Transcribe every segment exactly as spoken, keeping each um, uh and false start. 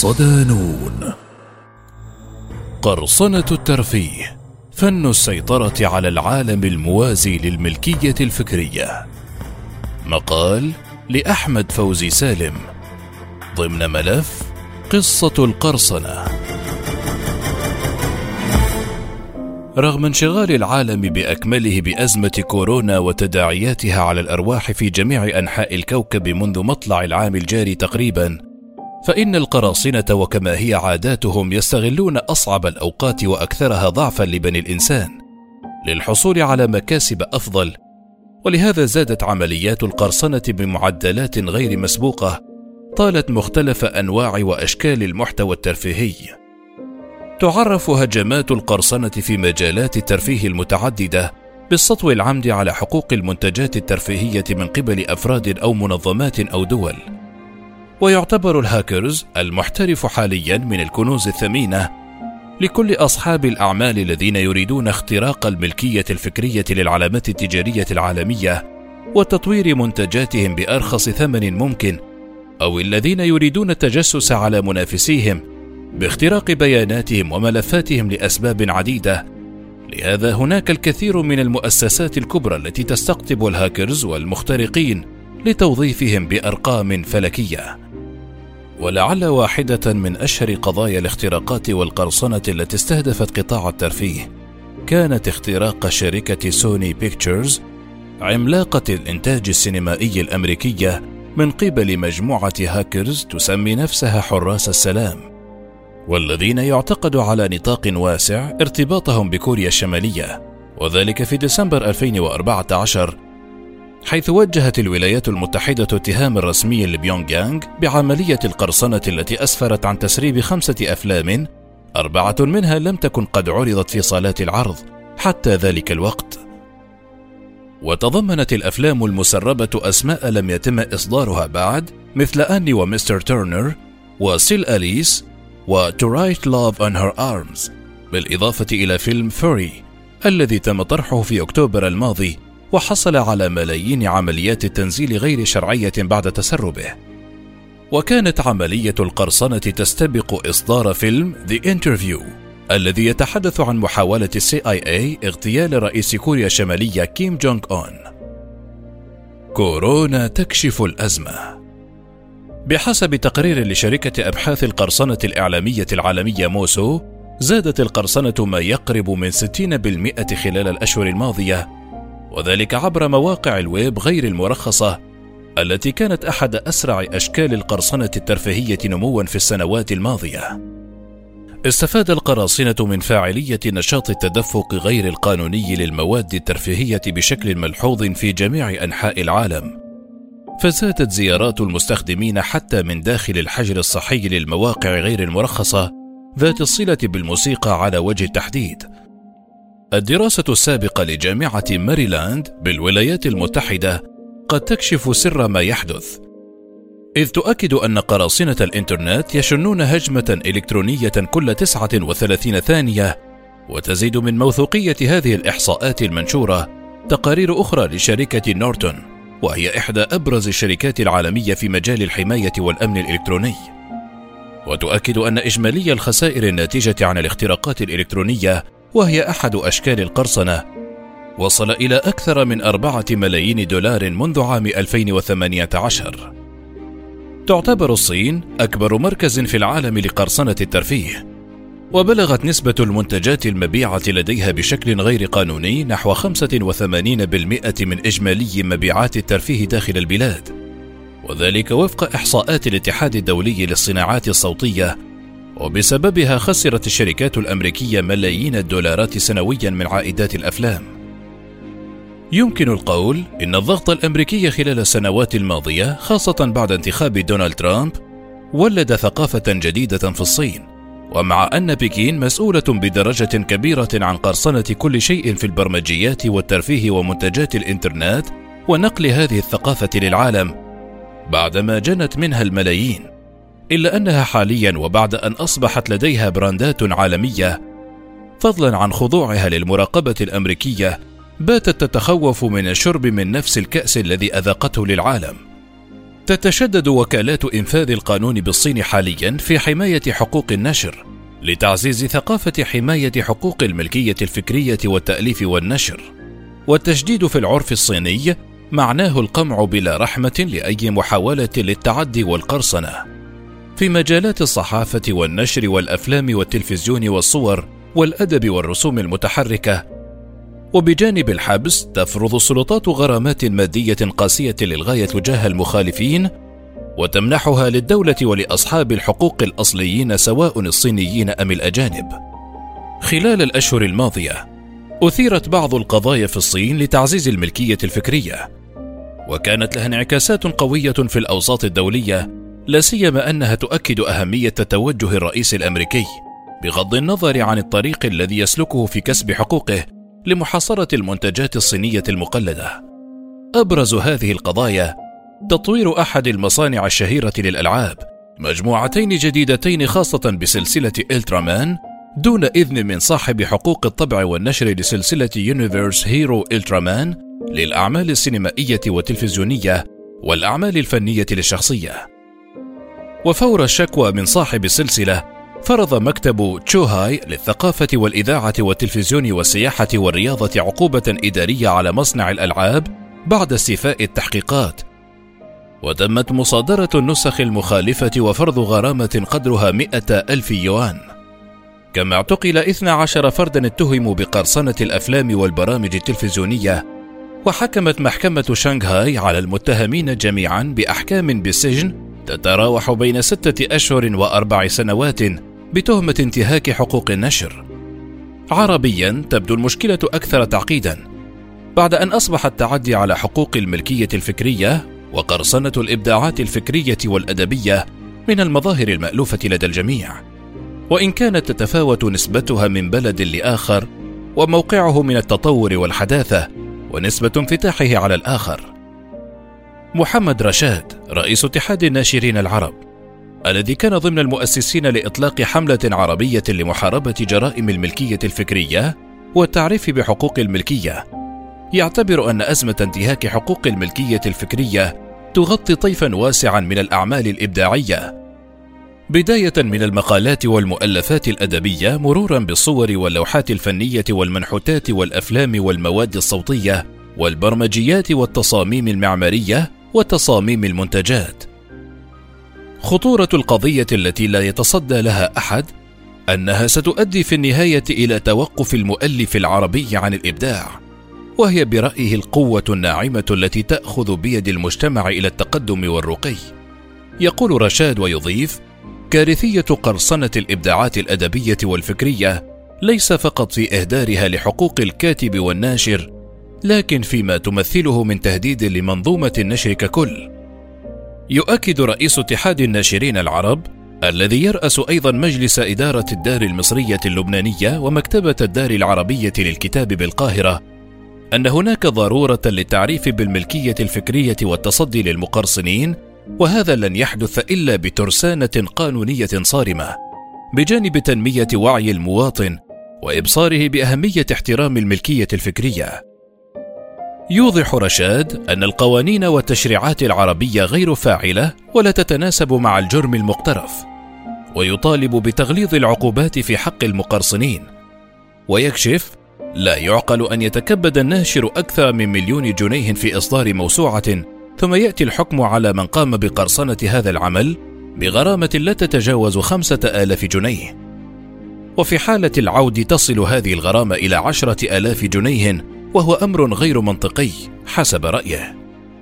صدانون. قرصنة الترفيه، فن السيطرة على العالم الموازي للملكية الفكرية. مقال لأحمد فوزي سالم ضمن ملف قصة القرصنة. رغم انشغال العالم بأكمله بأزمة كورونا وتداعياتها على الأرواح في جميع أنحاء الكوكب منذ مطلع العام الجاري تقريبا، فإن القراصنة وكما هي عاداتهم يستغلون أصعب الأوقات وأكثرها ضعفا لبني الإنسان للحصول على مكاسب أفضل، ولهذا زادت عمليات القرصنة بمعدلات غير مسبوقة طالت مختلف أنواع وأشكال المحتوى الترفيهي. تعرف هجمات القرصنة في مجالات الترفيه المتعددة بالسطو العمد على حقوق المنتجات الترفيهية من قبل أفراد أو منظمات أو دول. ويعتبر الهاكرز المحترف حاليا من الكنوز الثمينة لكل أصحاب الأعمال الذين يريدون اختراق الملكية الفكرية للعلامات التجارية العالمية وتطوير منتجاتهم بأرخص ثمن ممكن، أو الذين يريدون التجسس على منافسيهم باختراق بياناتهم وملفاتهم لأسباب عديدة. لهذا هناك الكثير من المؤسسات الكبرى التي تستقطب الهاكرز والمخترقين لتوظيفهم بأرقام فلكية. ولعل واحدة من أشهر قضايا الاختراقات والقرصنة التي استهدفت قطاع الترفيه كانت اختراق شركة سوني بيكتشرز عملاقة الإنتاج السينمائي الأمريكية من قبل مجموعة هاكرز تسمي نفسها حراس السلام، والذين يعتقد على نطاق واسع ارتباطهم بكوريا الشمالية، وذلك في ديسمبر ألفين وأربعة عشر، حيث وجهت الولايات المتحدة اتهاما رسميا لبيونغ يانغ بعملية القرصنة التي أسفرت عن تسريب خمسة أفلام، أربعة منها لم تكن قد عرضت في صالات العرض حتى ذلك الوقت. وتضمنت الأفلام المسربة أسماء لم يتم إصدارها بعد، مثل أني ومستر تيرنر وسيل أليس و To Write Love on Her Arms، بالإضافة إلى فيلم فوري الذي تم طرحه في أكتوبر الماضي وحصل على ملايين عمليات التنزيل غير شرعية بعد تسربه. وكانت عملية القرصنة تستبق إصدار فيلم The Interview الذي يتحدث عن محاولة السي آي إيه اغتيال رئيس كوريا الشمالية كيم جونغ أون. كورونا تكشف الأزمة. بحسب تقرير لشركة أبحاث القرصنة الإعلامية العالمية موسو، زادت القرصنة ما يقرب من ستين بالمئة خلال الأشهر الماضية، وذلك عبر مواقع الويب غير المرخصة التي كانت أحد أسرع أشكال القرصنة الترفيهية نموا في السنوات الماضية. استفاد القراصنة من فاعلية نشاط التدفق غير القانوني للمواد الترفيهية بشكل ملحوظ في جميع أنحاء العالم، فزادت زيارات المستخدمين حتى من داخل الحجر الصحي للمواقع غير المرخصة ذات الصلة بالموسيقى على وجه التحديد. الدراسة السابقة لجامعة ماريلاند بالولايات المتحدة قد تكشف سر ما يحدث، إذ تؤكد أن قراصنة الإنترنت يشنون هجمة إلكترونية كل تسعة وثلاثين ثانية، وتزيد من موثوقية هذه الإحصاءات المنشورة تقارير أخرى لشركة نورتون، وهي إحدى أبرز الشركات العالمية في مجال الحماية والأمن الإلكتروني. وتؤكد أن إجمالي الخسائر الناتجة عن الاختراقات الإلكترونية، وهي أحد أشكال القرصنة، وصل إلى أكثر من أربعة ملايين دولار منذ عام ألفين وثمانية عشر. تعتبر الصين أكبر مركز في العالم لقرصنة الترفيه، وبلغت نسبة المنتجات المبيعة لديها بشكل غير قانوني نحو خمسة وثمانين بالمئة من إجمالي مبيعات الترفيه داخل البلاد، وذلك وفق إحصاءات الاتحاد الدولي للصناعات الصوتية. وبسببها خسرت الشركات الأمريكية ملايين الدولارات سنويا من عائدات الأفلام. يمكن القول إن الضغط الأمريكي خلال السنوات الماضية، خاصة بعد انتخاب دونالد ترامب، ولد ثقافة جديدة في الصين. ومع أن بكين مسؤولة بدرجة كبيرة عن قرصنة كل شيء في البرمجيات والترفيه ومنتجات الإنترنت ونقل هذه الثقافة للعالم بعدما جنت منها الملايين، إلا أنها حاليا وبعد أن أصبحت لديها براندات عالمية، فضلا عن خضوعها للمراقبة الأمريكية، باتت تتخوف من الشرب من نفس الكأس الذي أذاقته للعالم. تتشدد وكالات إنفاذ القانون بالصين حاليا في حماية حقوق النشر لتعزيز ثقافة حماية حقوق الملكية الفكرية والتأليف والنشر، والتشديد في العرف الصيني معناه القمع بلا رحمة لأي محاولة للتعدي والقرصنة في مجالات الصحافة والنشر والأفلام والتلفزيون والصور والأدب والرسوم المتحركة. وبجانب الحبس تفرض السلطات غرامات مادية قاسية للغاية تجاه المخالفين، وتمنحها للدولة ولأصحاب الحقوق الأصليين سواء الصينيين أم الأجانب. خلال الأشهر الماضية أثيرت بعض القضايا في الصين لتعزيز الملكية الفكرية، وكانت لها انعكاسات قوية في الأوساط الدولية، لا سيما أنها تؤكد أهمية توجه الرئيس الأمريكي بغض النظر عن الطريق الذي يسلكه في كسب حقوقه لمحاصرة المنتجات الصينية المقلدة. أبرز هذه القضايا تطوير أحد المصانع الشهيرة للألعاب مجموعتين جديدتين خاصة بسلسلة إلترامان دون إذن من صاحب حقوق الطبع والنشر لسلسلة يونيفرس هيرو إلترامان للأعمال السينمائية والتلفزيونية والأعمال الفنية للشخصية. وفور الشكوى من صاحب السلسلة فرض مكتب تشوهاي للثقافة والإذاعة والتلفزيون والسياحة والرياضة عقوبة إدارية على مصنع الألعاب بعد استيفاء التحقيقات، وتمت مصادرة النسخ المخالفة وفرض غرامة قدرها مئة ألف يوان. كما اعتقل اثنا عشر فردا اتهموا بقرصنة الأفلام والبرامج التلفزيونية، وحكمت محكمة شنغهاي على المتهمين جميعا بأحكام بالسجن تتراوح بين ستة أشهر وأربع سنوات بتهمة انتهاك حقوق النشر. عربيا تبدو المشكلة أكثر تعقيدا بعد أن أصبح التعدي على حقوق الملكية الفكرية وقرصنة الإبداعات الفكرية والأدبية من المظاهر المألوفة لدى الجميع، وإن كانت تتفاوت نسبتها من بلد لآخر وموقعه من التطور والحداثة ونسبة انفتاحه على الآخر. محمد رشاد رئيس اتحاد الناشرين العرب الذي كان ضمن المؤسسين لإطلاق حملة عربية لمحاربة جرائم الملكية الفكرية والتعريف بحقوق الملكية، يعتبر أن أزمة انتهاك حقوق الملكية الفكرية تغطي طيفا واسعا من الأعمال الإبداعية، بداية من المقالات والمؤلفات الأدبية مرورا بالصور واللوحات الفنية والمنحوتات والأفلام والمواد الصوتية والبرمجيات والتصاميم المعمارية وتصاميم المنتجات. خطورة القضية التي لا يتصدى لها أحد أنها ستؤدي في النهاية إلى توقف المؤلف العربي عن الإبداع، وهي برأيه القوة الناعمة التي تأخذ بيد المجتمع إلى التقدم والرقي. يقول رشاد ويضيف: كارثية قرصنة الإبداعات الأدبية والفكرية ليس فقط في إهدارها لحقوق الكاتب والناشر، لكن فيما تمثله من تهديد لمنظومة النشر ككل. يؤكد رئيس اتحاد الناشرين العرب الذي يرأس أيضا مجلس إدارة الدار المصرية اللبنانية ومكتبة الدار العربية للكتاب بالقاهرة أن هناك ضرورة للتعريف بالملكية الفكرية والتصدي للمقرصنين، وهذا لن يحدث إلا بترسانة قانونية صارمة بجانب تنمية وعي المواطن وإبصاره بأهمية احترام الملكية الفكرية. يوضح رشاد أن القوانين والتشريعات العربية غير فاعلة ولا تتناسب مع الجرم المقترف، ويطالب بتغليظ العقوبات في حق المقرصنين، ويكشف: لا يعقل أن يتكبد الناشر أكثر من مليون جنيه في إصدار موسوعة ثم يأتي الحكم على من قام بقرصنة هذا العمل بغرامة لا تتجاوز خمسة آلاف جنيه، وفي حالة العود تصل هذه الغرامة إلى عشرة آلاف جنيه، وهو أمر غير منطقي حسب رأيه.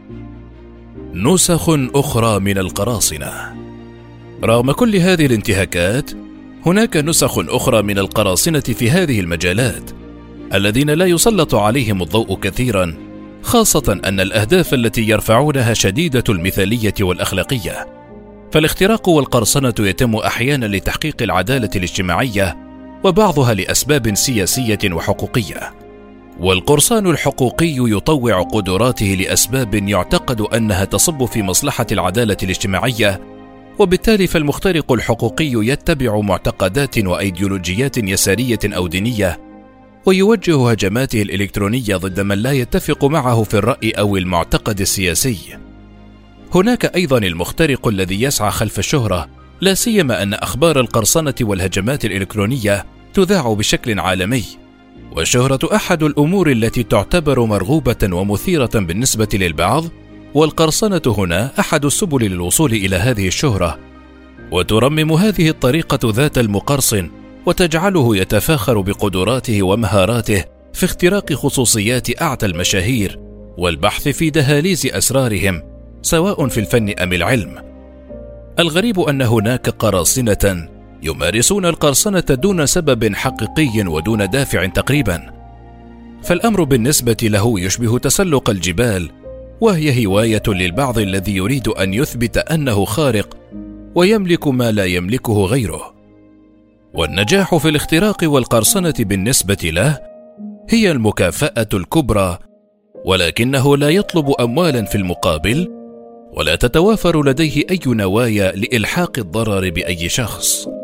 نسخ أخرى من القراصنة. رغم كل هذه الانتهاكات هناك نسخ أخرى من القراصنة في هذه المجالات الذين لا يسلط عليهم الضوء كثيرا، خاصة أن الأهداف التي يرفعونها شديدة المثالية والأخلاقية. فالاختراق والقرصنة يتم أحيانا لتحقيق العدالة الاجتماعية، وبعضها لأسباب سياسية وحقوقية، والقرصان الحقوقي يطوع قدراته لأسباب يعتقد أنها تصب في مصلحة العدالة الاجتماعية، وبالتالي فالمخترق الحقوقي يتبع معتقدات وأيديولوجيات يسارية أو دينية، ويوجه هجماته الإلكترونية ضد من لا يتفق معه في الرأي أو المعتقد السياسي. هناك أيضا المخترق الذي يسعى خلف الشهرة، لا سيما أن أخبار القرصنة والهجمات الإلكترونية تذاع بشكل عالمي، والشهرة أحد الأمور التي تعتبر مرغوبة ومثيرة بالنسبة للبعض، والقرصنة هنا أحد السبل للوصول إلى هذه الشهرة، وترمم هذه الطريقة ذات المقرصن وتجعله يتفاخر بقدراته ومهاراته في اختراق خصوصيات أعتى المشاهير والبحث في دهاليز أسرارهم سواء في الفن أم العلم. الغريب أن هناك قراصنة يمارسون القرصنة دون سبب حقيقي ودون دافع تقريبا، فالأمر بالنسبة له يشبه تسلق الجبال، وهي هواية للبعض الذي يريد أن يثبت أنه خارق ويملك ما لا يملكه غيره. والنجاح في الاختراق والقرصنة بالنسبة له هي المكافأة الكبرى، ولكنه لا يطلب أموالا في المقابل، ولا تتوافر لديه أي نوايا لإلحاق الضرر بأي شخص.